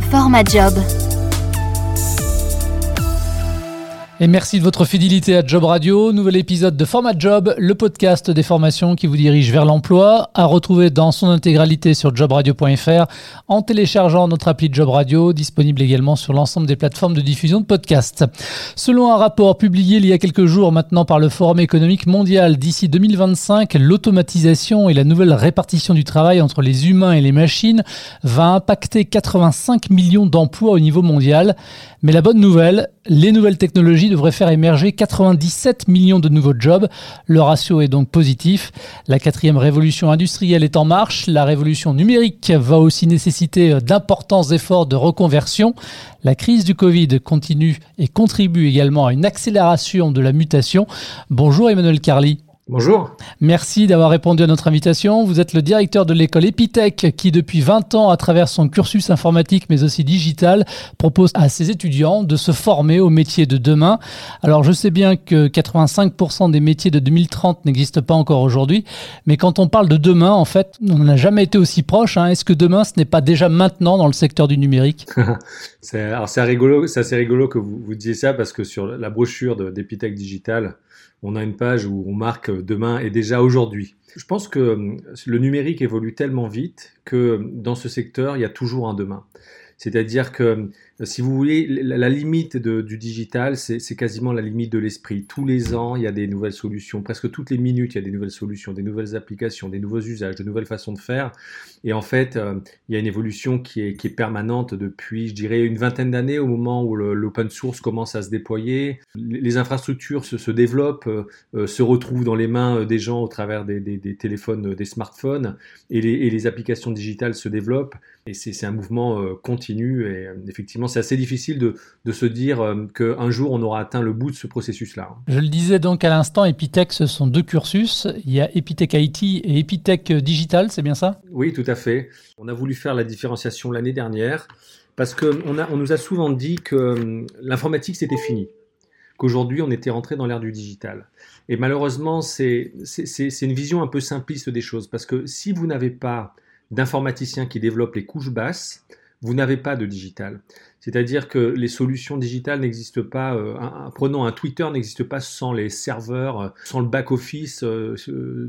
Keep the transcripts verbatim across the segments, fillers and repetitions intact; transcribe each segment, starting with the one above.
Format Job. Et merci de votre fidélité à Job Radio. Nouvel épisode de Format Job, le podcast des formations qui vous dirige vers l'emploi, à retrouver dans son intégralité sur job radio point f r en téléchargeant notre appli Job Radio, disponible également sur l'ensemble des plateformes de diffusion de podcasts. Selon un rapport publié il y a quelques jours maintenant par le Forum économique mondial, d'ici deux mille vingt-cinq, l'automatisation et la nouvelle répartition du travail entre les humains et les machines va impacter quatre-vingt-cinq millions d'emplois au niveau mondial. Mais la bonne nouvelle, les nouvelles technologies devraient faire émerger quatre-vingt-dix-sept millions de nouveaux jobs. Le ratio est donc positif. La quatrième révolution industrielle est en marche. La révolution numérique va aussi nécessiter d'importants efforts de reconversion. La crise du Covid continue et contribue également à une accélération de la mutation. Bonjour Emmanuel Carly. Bonjour. Merci d'avoir répondu à notre invitation. Vous êtes le directeur de l'école Epitech qui, depuis vingt ans, à travers son cursus informatique mais aussi digital, propose à ses étudiants de se former aux métiers de demain. Alors, je sais bien que quatre-vingt-cinq pour cent des métiers de deux mille trente n'existent pas encore aujourd'hui, mais quand on parle de demain, en fait, on n'a jamais été aussi proche. Hein. Est-ce que demain, ce n'est pas déjà maintenant dans le secteur du numérique ? c'est, alors, c'est rigolo, c'est assez rigolo que vous, vous disiez ça parce que sur la brochure de, d'Epitech Digital, on a une page où on marque « Demain est déjà aujourd'hui ». Je pense que le numérique évolue tellement vite que dans ce secteur, il y a toujours un demain. C'est-à-dire que, si vous voulez, la limite de, du digital, c'est, c'est quasiment la limite de l'esprit. Tous les ans, il y a des nouvelles solutions. Presque toutes les minutes, il y a des nouvelles solutions, des nouvelles applications, des nouveaux usages, de nouvelles façons de faire. Et en fait, euh, il y a une évolution qui est, qui est permanente depuis, je dirais, une vingtaine d'années, au moment où le, l'open source commence à se déployer. Les infrastructures se, se développent, euh, se retrouvent dans les mains des gens au travers des, des, des téléphones, des smartphones, et les, et les applications digitales se développent. Et c'est, c'est un mouvement euh, continu. Et euh, effectivement, c'est assez difficile de, de se dire euh, qu'un jour, on aura atteint le bout de ce processus-là. Je le disais donc à l'instant, Epitech, ce sont deux cursus. Il y a Epitech I T et Epitech Digital, c'est bien ça ? Oui, tout à fait. On a voulu faire la différenciation l'année dernière parce qu'on a, on nous a souvent dit que euh, l'informatique, c'était fini, qu'aujourd'hui, on était rentré dans l'ère du digital. Et malheureusement, c'est, c'est, c'est, c'est une vision un peu simpliste des choses parce que si vous n'avez pas d'informaticiens qui développent les couches basses, vous n'avez pas de digital. C'est-à-dire que les solutions digitales n'existent pas, euh, un, prenons un Twitter n'existe pas sans les serveurs, euh, sans le back-office euh,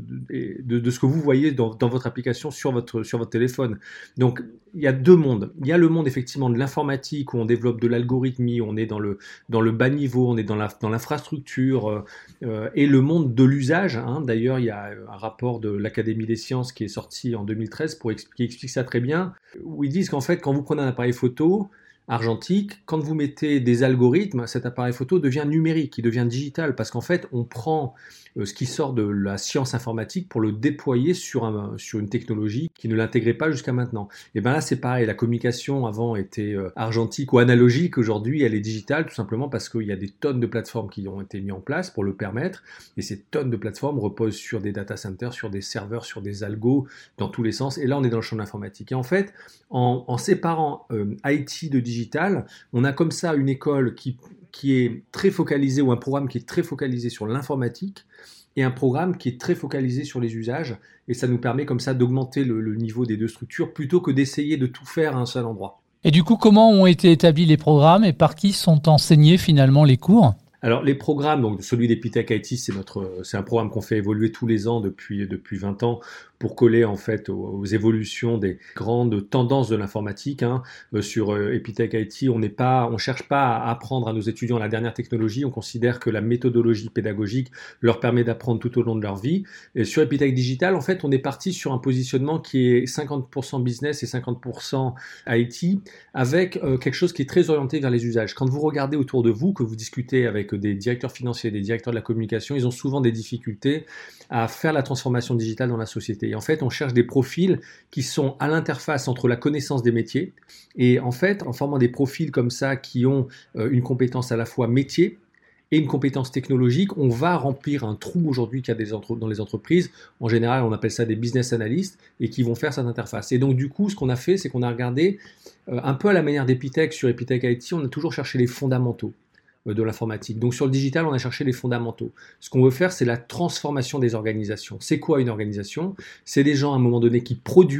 de, de ce que vous voyez dans, dans votre application sur votre, sur votre téléphone. Donc, il y a deux mondes. Il y a le monde effectivement de l'informatique où on développe de l'algorithmie, on est dans le, dans le bas niveau, on est dans, la, dans l'infrastructure, euh, et le monde de l'usage. Hein. D'ailleurs, il y a un rapport de l'Académie des sciences qui est sorti en deux mille treize pour expliquer, qui explique ça très bien, où ils disent qu'en fait, quand vous prenez un appareil photo argentique, quand vous mettez des algorithmes, cet appareil photo devient numérique, il devient digital, parce qu'en fait, on prend euh, ce qui sort de la science informatique pour le déployer sur, un, sur une technologie qui ne l'intégrait pas jusqu'à maintenant. Et bien là, c'est pareil, la communication avant était euh, argentique ou analogique, aujourd'hui, elle est digitale, tout simplement parce qu'il y a des tonnes de plateformes qui ont été mises en place pour le permettre, et ces tonnes de plateformes reposent sur des data centers, sur des serveurs, sur des algos, dans tous les sens, et là, on est dans le champ de l'informatique. Et en fait, en, en séparant euh, I T de digital, on a comme ça une école qui, qui est très focalisée, ou un programme qui est très focalisé sur l'informatique, et un programme qui est très focalisé sur les usages, et ça nous permet comme ça d'augmenter le, le niveau des deux structures, plutôt que d'essayer de tout faire à un seul endroit. Et du coup, comment ont été établis les programmes, et par qui sont enseignés finalement les cours ? Alors les programmes, donc celui d'Epitech I T, c'est notre, c'est un programme qu'on fait évoluer tous les ans depuis depuis vingt ans pour coller en fait aux, aux évolutions des grandes tendances de l'informatique. Hein. Euh, sur euh, Epitech I T, on n'est pas, on cherche pas à apprendre à nos étudiants la dernière technologie. On considère que la méthodologie pédagogique leur permet d'apprendre tout au long de leur vie. Et sur Epitech Digital, en fait, on est parti sur un positionnement qui est cinquante pour cent business et cinquante pour cent I T, avec euh, quelque chose qui est très orienté vers les usages. Quand vous regardez autour de vous, que vous discutez avec des directeurs financiers, des directeurs de la communication, ils ont souvent des difficultés à faire la transformation digitale dans la société. Et en fait, on cherche des profils qui sont à l'interface entre la connaissance des métiers et en fait, en formant des profils comme ça qui ont euh, une compétence à la fois métier et une compétence technologique, on va remplir un trou aujourd'hui qu'il y a des entre- dans les entreprises. En général, on appelle ça des business analysts et qui vont faire cette interface. Et donc, du coup, ce qu'on a fait, c'est qu'on a regardé euh, un peu à la manière d'Epitech sur Epitech I T, on a toujours cherché les fondamentaux de l'informatique. Donc sur le digital, on a cherché les fondamentaux. Ce qu'on veut faire, c'est la transformation des organisations. C'est quoi une organisation ? C'est des gens à un moment donné qui produisent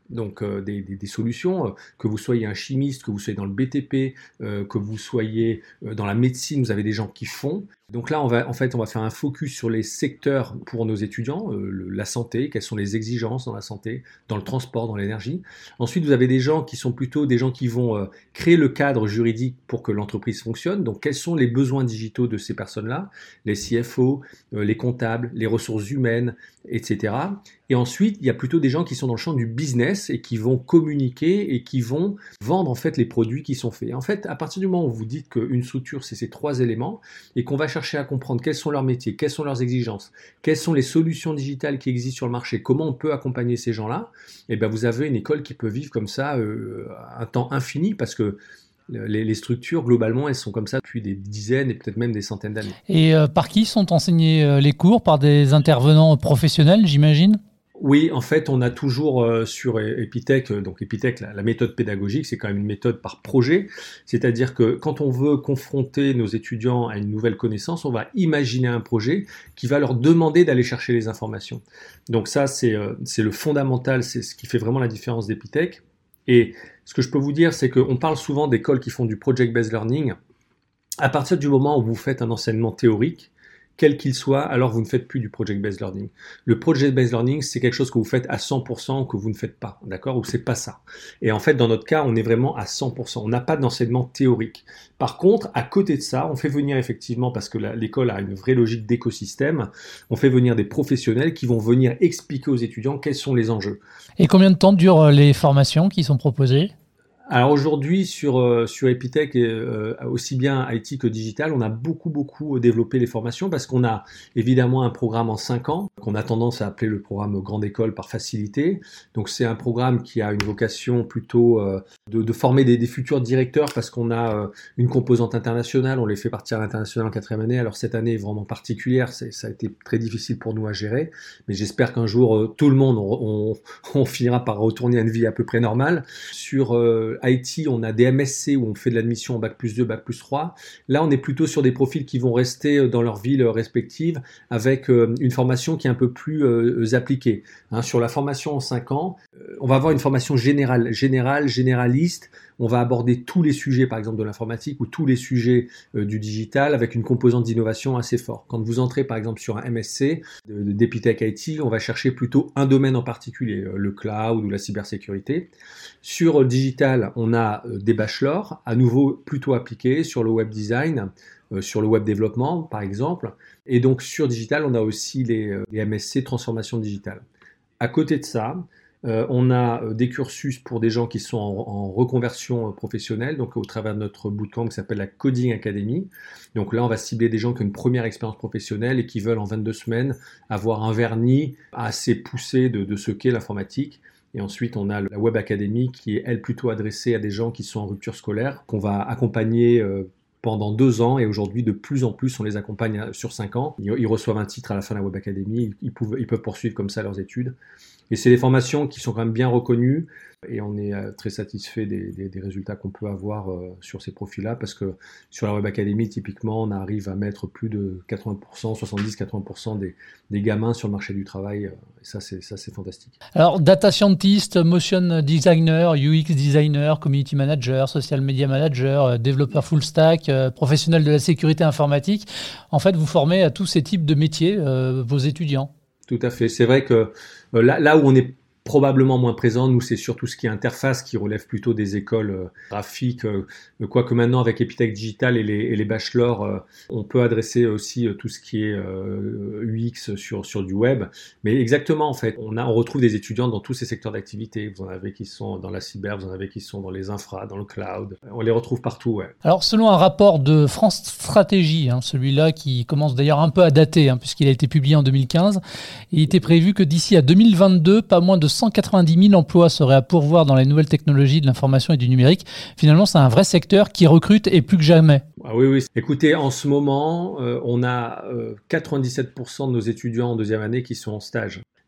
donc euh, des, des, des solutions, euh, que vous soyez un chimiste, que vous soyez dans le B T P, euh, que vous soyez euh, dans la médecine, vous avez des gens qui font. Donc là, on va, en fait, on va faire un focus sur les secteurs pour nos étudiants, euh, le, la santé, quelles sont les exigences dans la santé, dans le transport, dans l'énergie. Ensuite, vous avez des gens qui sont plutôt des gens qui vont euh, créer le cadre juridique pour que l'entreprise fonctionne. Donc, quels sont les besoins digitaux de ces personnes-là, les C F O, euh, les comptables, les ressources humaines, et cetera. Et ensuite, il y a plutôt des gens qui sont dans le champ du business et qui vont communiquer et qui vont vendre en fait les produits qui sont faits. Et en fait, à partir du moment où vous dites qu'une structure, c'est ces trois éléments et qu'on va chercher à comprendre quels sont leurs métiers, quelles sont leurs exigences, quelles sont les solutions digitales qui existent sur le marché, comment on peut accompagner ces gens-là, et bien vous avez une école qui peut vivre comme ça euh, un temps infini parce que Les, les structures, globalement, elles sont comme ça depuis des dizaines et peut-être même des centaines d'années. Et euh, par qui sont enseignés euh, les cours? Par des intervenants professionnels, j'imagine? Oui, en fait, on a toujours euh, sur Epitech, euh, donc Epitech, la, la méthode pédagogique, c'est quand même une méthode par projet. C'est-à-dire que quand on veut confronter nos étudiants à une nouvelle connaissance, on va imaginer un projet qui va leur demander d'aller chercher les informations. Donc ça, c'est, euh, c'est le fondamental, c'est ce qui fait vraiment la différence d'Epitech. Et ce que je peux vous dire, c'est qu'on parle souvent d'écoles qui font du project-based learning. À partir du moment où vous faites un enseignement théorique, quel qu'il soit, alors vous ne faites plus du project-based learning. Le project-based learning, c'est quelque chose que vous faites à cent pour cent ou que vous ne faites pas, d'accord? Ou c'est pas ça. Et en fait, dans notre cas, on est vraiment à cent pour cent. On n'a pas d'enseignement théorique. Par contre, à côté de ça, on fait venir effectivement, parce que la, l'école a une vraie logique d'écosystème, on fait venir des professionnels qui vont venir expliquer aux étudiants quels sont les enjeux. Et combien de temps durent les formations qui sont proposées? Alors aujourd'hui, sur, euh, sur Epitech, et, euh, aussi bien I T que digital, on a beaucoup, beaucoup développé les formations parce qu'on a évidemment un programme en cinq ans, qu'on a tendance à appeler le programme Grande École par facilité. Donc c'est un programme qui a une vocation plutôt euh, de, de former des, des futurs directeurs parce qu'on a euh, une composante internationale, on les fait partir à l'international en quatrième année. Alors cette année est vraiment particulière, c'est, ça a été très difficile pour nous à gérer, mais j'espère qu'un jour, euh, tout le monde, on, on, on finira par retourner à une vie à peu près normale. Sur euh, I T, on a des M S C où on fait de l'admission en bac plus deux, bac plus trois. Là, on est plutôt sur des profils qui vont rester dans leur ville respective avec euh, une formation qui est un peu plus euh, appliquée. Hein, sur la formation en cinq ans, euh, on va avoir une formation générale, générale, généraliste. On va aborder tous les sujets, par exemple, de l'informatique ou tous les sujets euh, du digital avec une composante d'innovation assez forte. Quand vous entrez, par exemple, sur un M S C de, de, d'Epitech I T, on va chercher plutôt un domaine en particulier, euh, le cloud ou la cybersécurité. Sur le digital, on a euh, des bachelors, à nouveau plutôt appliqués sur le web design, euh, sur le web développement, par exemple. Et donc, sur digital, on a aussi les, euh, les M S C transformation digitale. À côté de ça, Euh, on a euh, des cursus pour des gens qui sont en, en reconversion euh, professionnelle, donc au travers de notre bootcamp qui s'appelle la Coding Academy. Donc là, on va cibler des gens qui ont une première expérience professionnelle et qui veulent en vingt-deux semaines avoir un vernis assez poussé de, de ce qu'est l'informatique. Et ensuite, on a la Web Academy qui est, elle, plutôt adressée à des gens qui sont en rupture scolaire, qu'on va accompagner euh, pendant deux ans, et aujourd'hui, de plus en plus, on les accompagne sur cinq ans. Ils, ils reçoivent un titre à la fin de la Web Academy, ils, peuvent, ils peuvent poursuivre comme ça leurs études. Et c'est des formations qui sont quand même bien reconnues et on est euh, très satisfait des, des, des résultats qu'on peut avoir euh, sur ces profils-là parce que sur la Web Academy, typiquement, on arrive à mettre plus de quatre-vingts pour cent, soixante-dix à quatre-vingts pour cent des, des gamins sur le marché du travail. Et ça, c'est, ça, c'est fantastique. Alors, data scientist, motion designer, U X designer, community manager, social media manager, développeur full stack, euh, professionnel de la sécurité informatique. En fait, vous formez à tous ces types de métiers euh, vos étudiants. Tout à fait. C'est vrai que euh, là, là où on est probablement moins présent, nous, c'est surtout ce qui est interface, qui relève plutôt des écoles euh, graphiques. Euh, quoique maintenant, avec Epitech Digital et les, et les bachelors, euh, on peut adresser aussi euh, tout ce qui est euh, U X sur, sur du web. Mais exactement, en fait, on, a, on retrouve des étudiants dans tous ces secteurs d'activité. Vous en avez qui sont dans la cyber, vous en avez qui sont dans les infras, dans le cloud. On les retrouve partout, ouais. Alors, selon un rapport de France Stratégie, hein, celui-là qui commence d'ailleurs un peu à dater, hein, puisqu'il a été publié en deux mille quinze, il était prévu que d'ici à deux mille vingt-deux, pas moins de cent quatre-vingt-dix mille emplois seraient à pourvoir dans les nouvelles technologies de l'information et du numérique. Finalement, c'est un vrai secteur qui recrute et plus que jamais. Ah oui, oui. Écoutez, en ce moment, euh, on a euh, quatre-vingt-dix-sept pour cent de nos étudiants en deuxième année qui sont en stage.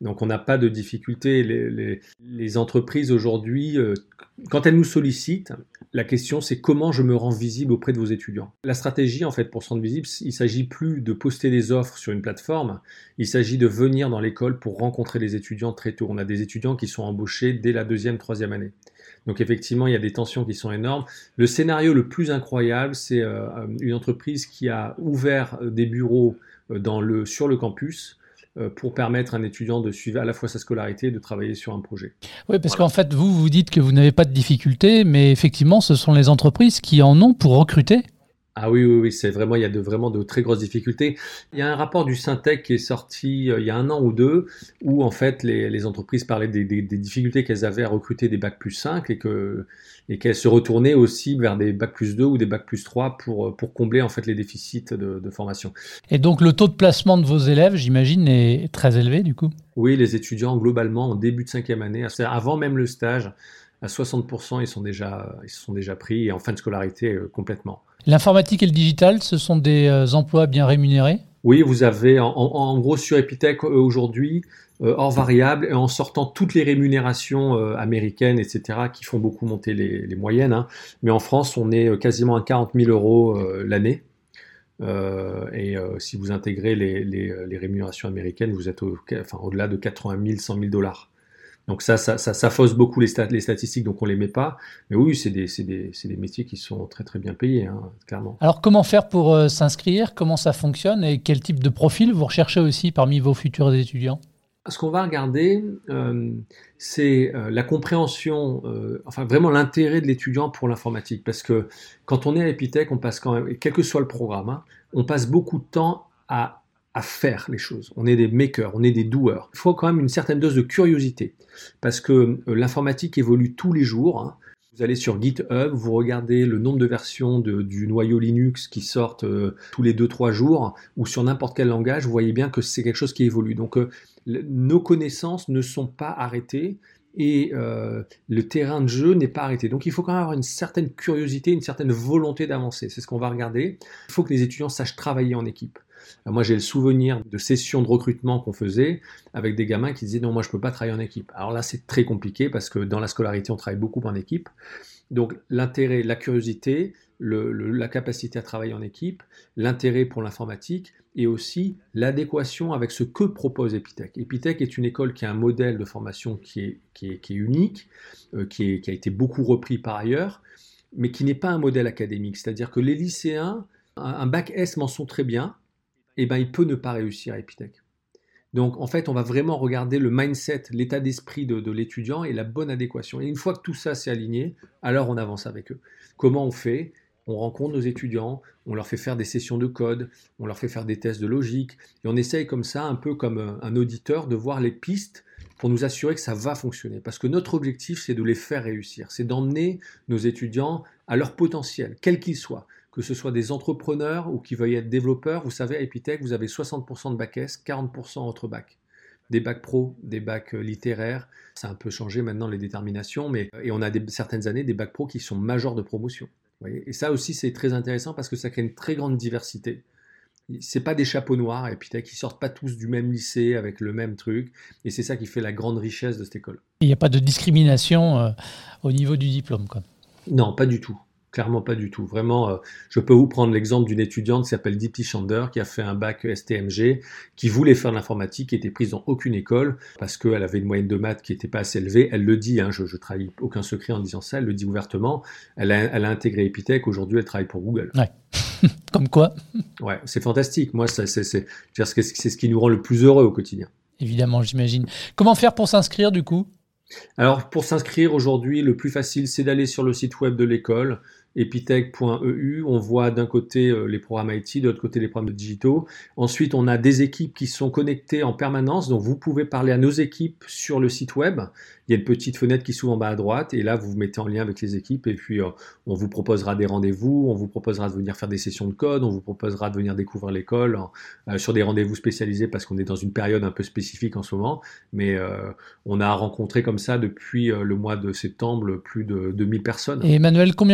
Donc on n'a pas de difficulté. Les, les, les entreprises aujourd'hui, euh, quand elles nous sollicitent, la question c'est comment je me rends visible auprès de vos étudiants. La stratégie en fait pour se rendre visible, il ne s'agit plus de poster des offres sur une plateforme, il s'agit de venir dans l'école pour rencontrer les étudiants très tôt. On a des étudiants qui sont embauchés dès la deuxième, troisième année. Donc effectivement, il y a des tensions qui sont énormes. Le scénario le plus incroyable, c'est euh, une entreprise qui a ouvert des bureaux dans le, sur le campus pour permettre à un étudiant de suivre à la fois sa scolarité et de travailler sur un projet. Oui, parce voilà. qu'en fait, vous, vous dites que vous n'avez pas de difficultés, mais effectivement, ce sont les entreprises qui en ont pour recruter. Ah oui, oui, oui, c'est vraiment, il y a de, vraiment de très grosses difficultés. Il y a un rapport du Syntec qui est sorti euh, il y a un an ou deux, où en fait les, les entreprises parlaient des, des, des difficultés qu'elles avaient à recruter des bac plus cinq et, que, et qu'elles se retournaient aussi vers des bac plus deux ou des bac plus trois pour, pour combler en fait les déficits de, de formation. Et donc le taux de placement de vos élèves, j'imagine, est très élevé du coup ? Oui, les étudiants globalement en début de cinquième année, avant même le stage, à soixante pour cent ils sont déjà, ils sont déjà pris et en fin de scolarité euh, complètement. L'informatique et le digital, ce sont des euh, emplois bien rémunérés ? Oui, vous avez en, en, en gros sur Epitech euh, aujourd'hui, euh, hors variable, et en sortant toutes les rémunérations euh, américaines, et cetera, qui font beaucoup monter les, les moyennes. Hein. Mais en France, on est quasiment à quarante mille euros euh, l'année. Euh, et euh, si vous intégrez les, les, les rémunérations américaines, vous êtes au, enfin, au-delà de quatre-vingt mille, cent mille dollars. Donc ça, ça, ça, ça fausse beaucoup les, stat- les statistiques, donc on les met pas. Mais oui, c'est des, c'est des, c'est des métiers qui sont très très bien payés, hein, clairement. Alors comment faire pour euh, s'inscrire ? Comment ça fonctionne ? Et quel type de profil vous recherchez aussi parmi vos futurs étudiants ? Ce qu'on va regarder, euh, c'est euh, la compréhension, euh, enfin vraiment l'intérêt de l'étudiant pour l'informatique. Parce que quand on est à Epitech, on passe quand même, quel que soit le programme, hein, on passe beaucoup de temps à à faire les choses. On est des makers, on est des doers. Il faut quand même une certaine dose de curiosité parce que euh, l'informatique évolue tous les jours. Hein. Vous allez sur GitHub, vous regardez le nombre de versions de, du noyau Linux qui sortent euh, tous les deux trois jours ou sur n'importe quel langage, vous voyez bien que c'est quelque chose qui évolue. Donc euh, le, nos connaissances ne sont pas arrêtées et euh, le terrain de jeu n'est pas arrêté. Donc il faut quand même avoir une certaine curiosité, une certaine volonté d'avancer. C'est ce qu'on va regarder. Il faut que les étudiants sachent travailler en équipe. Moi, j'ai le souvenir de sessions de recrutement qu'on faisait avec des gamins qui disaient « Non, moi, je ne peux pas travailler en équipe ». Alors là, c'est très compliqué parce que dans la scolarité, on travaille beaucoup en équipe. Donc, l'intérêt, la curiosité, le, le, la capacité à travailler en équipe, l'intérêt pour l'informatique et aussi l'adéquation avec ce que propose Epitech. Epitech est une école qui a un modèle de formation qui est, qui est, qui est unique, euh, qui, est, qui a été beaucoup repris par ailleurs, mais qui n'est pas un modèle académique. C'est-à-dire que les lycéens, un, un bac S mention très bien, eh ben, il peut ne pas réussir à Epitech. Donc, en fait, on va vraiment regarder le mindset, l'état d'esprit de, de l'étudiant et la bonne adéquation. Et une fois que tout ça s'est aligné, alors on avance avec eux. Comment on fait ? On rencontre nos étudiants, on leur fait faire des sessions de code, on leur fait faire des tests de logique, et on essaye comme ça, un peu comme un auditeur, de voir les pistes pour nous assurer que ça va fonctionner. Parce que notre objectif, c'est de les faire réussir. C'est d'emmener nos étudiants à leur potentiel, quel qu'il soit. Que ce soit des entrepreneurs ou qui veuillent être développeurs, vous savez, à Epitech, vous avez soixante pour cent de bac S, quarante pour cent entre bacs. Des bacs pro, des bacs littéraires, ça a un peu changé maintenant les déterminations, mais et on a des, certaines années des bacs pro qui sont majors de promotion. Vous voyez, et ça aussi, c'est très intéressant parce que ça crée une très grande diversité. C'est pas des chapeaux noirs, à Epitech, ils sortent pas tous du même lycée avec le même truc, et c'est ça qui fait la grande richesse de cette école. Il n'y a pas de discrimination euh, au niveau du diplôme, quoi. Non, pas du tout. Clairement pas du tout. Vraiment, euh, je peux vous prendre l'exemple d'une étudiante qui s'appelle Dipti Chander, qui a fait un bac S T M G, qui voulait faire de l'informatique, qui était prise dans aucune école, parce qu'elle avait une moyenne de maths qui n'était pas assez élevée. Elle le dit, hein, je ne trahis aucun secret en disant ça, elle le dit ouvertement. Elle a, elle a intégré Epitech, aujourd'hui elle travaille pour Google. Ouais. Comme quoi. Ouais, c'est fantastique. Moi, ça, c'est, c'est, c'est, c'est ce qui nous rend le plus heureux au quotidien. Évidemment, j'imagine. Comment faire pour s'inscrire du coup ? Alors, pour s'inscrire aujourd'hui, le plus facile, c'est d'aller sur le site web de l'école, epitech point e u. On voit d'un côté euh, les programmes I T, de l'autre côté les programmes digitaux. Ensuite, on a des équipes qui sont connectées en permanence, donc vous pouvez parler à nos équipes sur le site web. Il y a une petite fenêtre qui s'ouvre en bas à droite, et là, vous vous mettez en lien avec les équipes, et puis euh, on vous proposera des rendez-vous, on vous proposera de venir faire des sessions de code, on vous proposera de venir découvrir l'école euh, sur des rendez-vous spécialisés, parce qu'on est dans une période un peu spécifique en ce moment, mais euh, on a rencontré comme ça depuis euh, le mois de septembre plus de deux mille personnes. Et Emmanuel, combien coûtent les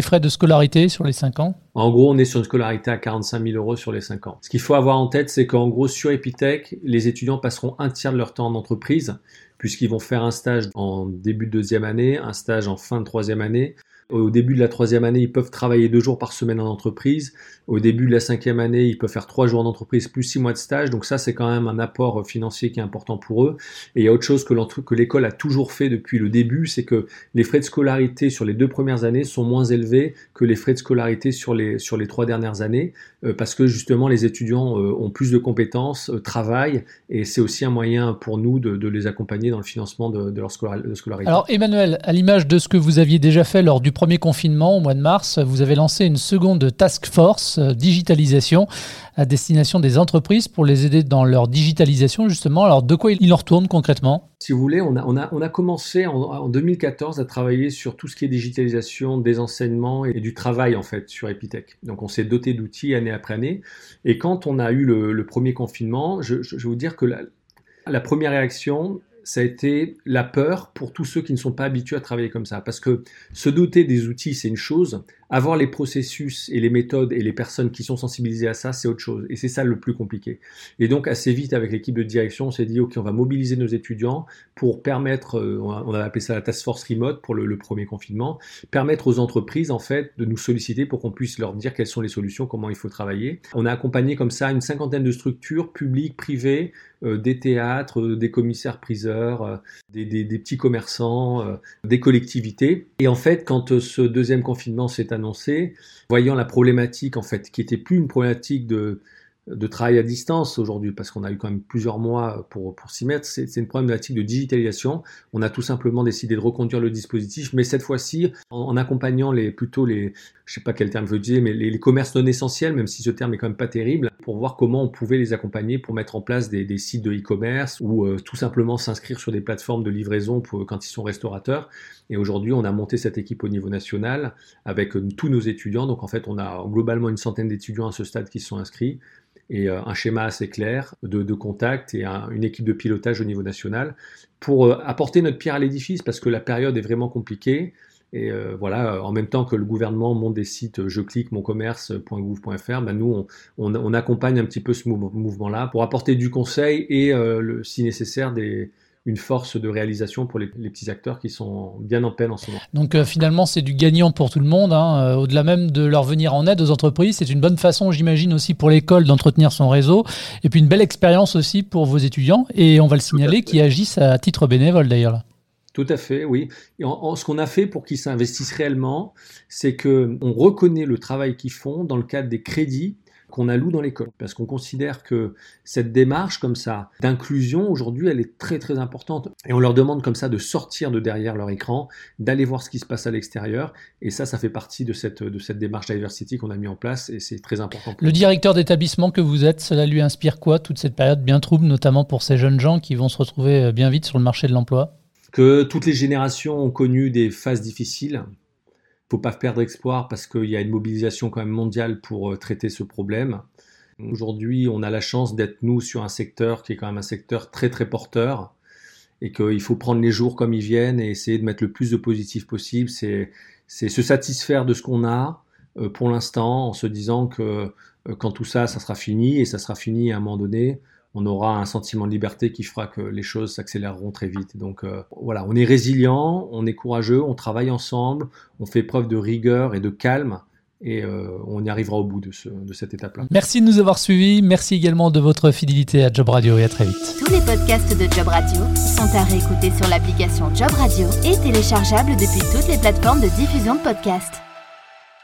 frais de scolarité sur les cinq ans ? En gros, on est sur une scolarité à quarante-cinq mille euros sur les cinq ans. Ce qu'il faut avoir en tête, c'est qu'en gros, sur Epitech, les étudiants passeront un tiers de leur temps en entreprise, puisqu'ils vont faire un stage en début de deuxième année, un stage en fin de troisième année. Au début de la troisième année, ils peuvent travailler deux jours par semaine en entreprise. Au début de la cinquième année, ils peuvent faire trois jours en entreprise plus six mois de stage. Donc ça, c'est quand même un apport financier qui est important pour eux. Et il y a autre chose que, que l'école a toujours fait depuis le début, c'est que les frais de scolarité sur les deux premières années sont moins élevés que les frais de scolarité sur les, sur les trois dernières années, euh, parce que justement, les étudiants euh, ont plus de compétences, euh, travaillent, et c'est aussi un moyen pour nous de, de les accompagner dans le financement de, de leur scolar, de scolarité. Alors Emmanuel, à l'image de ce que vous aviez déjà fait lors du premier confinement au mois de mars, vous avez lancé une seconde task force euh, digitalisation à destination des entreprises pour les aider dans leur digitalisation justement. Alors de quoi il en retourne concrètement ? Si vous voulez, on a, on a, on a commencé en, en deux mille quatorze à travailler sur tout ce qui est digitalisation des enseignements et du travail en fait sur Epitech. Donc on s'est doté d'outils année après année. Et quand on a eu le, le premier confinement, je, je, je vais vous dire que la, la première réaction, ça a été la peur pour tous ceux qui ne sont pas habitués à travailler comme ça. Parce que se doter des outils, c'est une chose. Avoir les processus et les méthodes et les personnes qui sont sensibilisées à ça, c'est autre chose. Et c'est ça le plus compliqué. Et donc, assez vite, avec l'équipe de direction, on s'est dit, OK, on va mobiliser nos étudiants pour permettre, euh, on a appelé ça la task force remote pour le, le premier confinement, permettre aux entreprises, en fait, de nous solliciter pour qu'on puisse leur dire quelles sont les solutions, comment il faut travailler. On a accompagné comme ça une cinquantaine de structures publiques, privées, euh, des théâtres, euh, des commissaires-priseurs, euh, des, des, des petits commerçants, euh, des collectivités. Et en fait, quand euh, ce deuxième confinement s'est annoncé, voyant la problématique en fait, qui était plus une problématique de, de travail à distance aujourd'hui, parce qu'on a eu quand même plusieurs mois pour, pour s'y mettre, c'est, c'est une problématique de digitalisation. On a tout simplement décidé de reconduire le dispositif, mais cette fois-ci en, en accompagnant les, plutôt les, je sais pas quel terme je veux dire, mais les, les commerces non essentiels, même si ce terme est quand même pas terrible, pour voir comment on pouvait les accompagner pour mettre en place des, des sites de e-commerce ou euh, tout simplement s'inscrire sur des plateformes de livraison pour, quand ils sont restaurateurs. Et aujourd'hui, on a monté cette équipe au niveau national avec euh, tous nos étudiants. Donc en fait, on a globalement une centaine d'étudiants à ce stade qui sont inscrits et euh, un schéma assez clair de, de contact et un, une équipe de pilotage au niveau national pour euh, apporter notre pierre à l'édifice parce que la période est vraiment compliquée. Et euh, voilà, en même temps que le gouvernement monte des sites je clique mon commerce point gouv point f r, ben nous on, on, on accompagne un petit peu ce mou- mouvement-là pour apporter du conseil et euh, le, si nécessaire des, une force de réalisation pour les, les petits acteurs qui sont bien en peine en ce moment. Donc euh, finalement c'est du gagnant pour tout le monde, hein. Euh, au-delà même de leur venir en aide aux entreprises, c'est une bonne façon j'imagine aussi pour l'école d'entretenir son réseau et puis une belle expérience aussi pour vos étudiants et on va le signaler qui agissent à titre bénévole d'ailleurs là. Tout à fait, oui. Et en, en, ce qu'on a fait pour qu'ils s'investissent réellement, c'est qu'on reconnaît le travail qu'ils font dans le cadre des crédits qu'on alloue dans l'école. Parce qu'on considère que cette démarche comme ça d'inclusion, aujourd'hui, elle est très très importante. Et on leur demande comme ça de sortir de derrière leur écran, d'aller voir ce qui se passe à l'extérieur. Et ça, ça fait partie de cette, de cette démarche diversity qu'on a mis en place et c'est très important. Le directeur d'établissement que vous êtes, cela lui inspire quoi, toute cette période bien trouble, notamment pour ces jeunes gens qui vont se retrouver bien vite sur le marché de l'emploi ? Que toutes les générations ont connu des phases difficiles. Il ne faut pas perdre espoir parce qu'il y a une mobilisation quand même mondiale pour traiter ce problème. Aujourd'hui, on a la chance d'être, nous, sur un secteur qui est quand même un secteur très, très porteur et qu'il faut prendre les jours comme ils viennent et essayer de mettre le plus de positif possible. C'est, c'est se satisfaire de ce qu'on a euh, pour l'instant en se disant que euh, quand tout ça, ça sera fini et ça sera fini à un moment donné, on aura un sentiment de liberté qui fera que les choses s'accéléreront très vite. Donc euh, voilà, on est résilient, on est courageux, on travaille ensemble, on fait preuve de rigueur et de calme et euh, on y arrivera au bout de, ce, de cette étape-là. Merci de nous avoir suivis, merci également de votre fidélité à Job Radio et à très vite. Tous les podcasts de Job Radio sont à réécouter sur l'application Job Radio et téléchargeables depuis toutes les plateformes de diffusion de podcasts.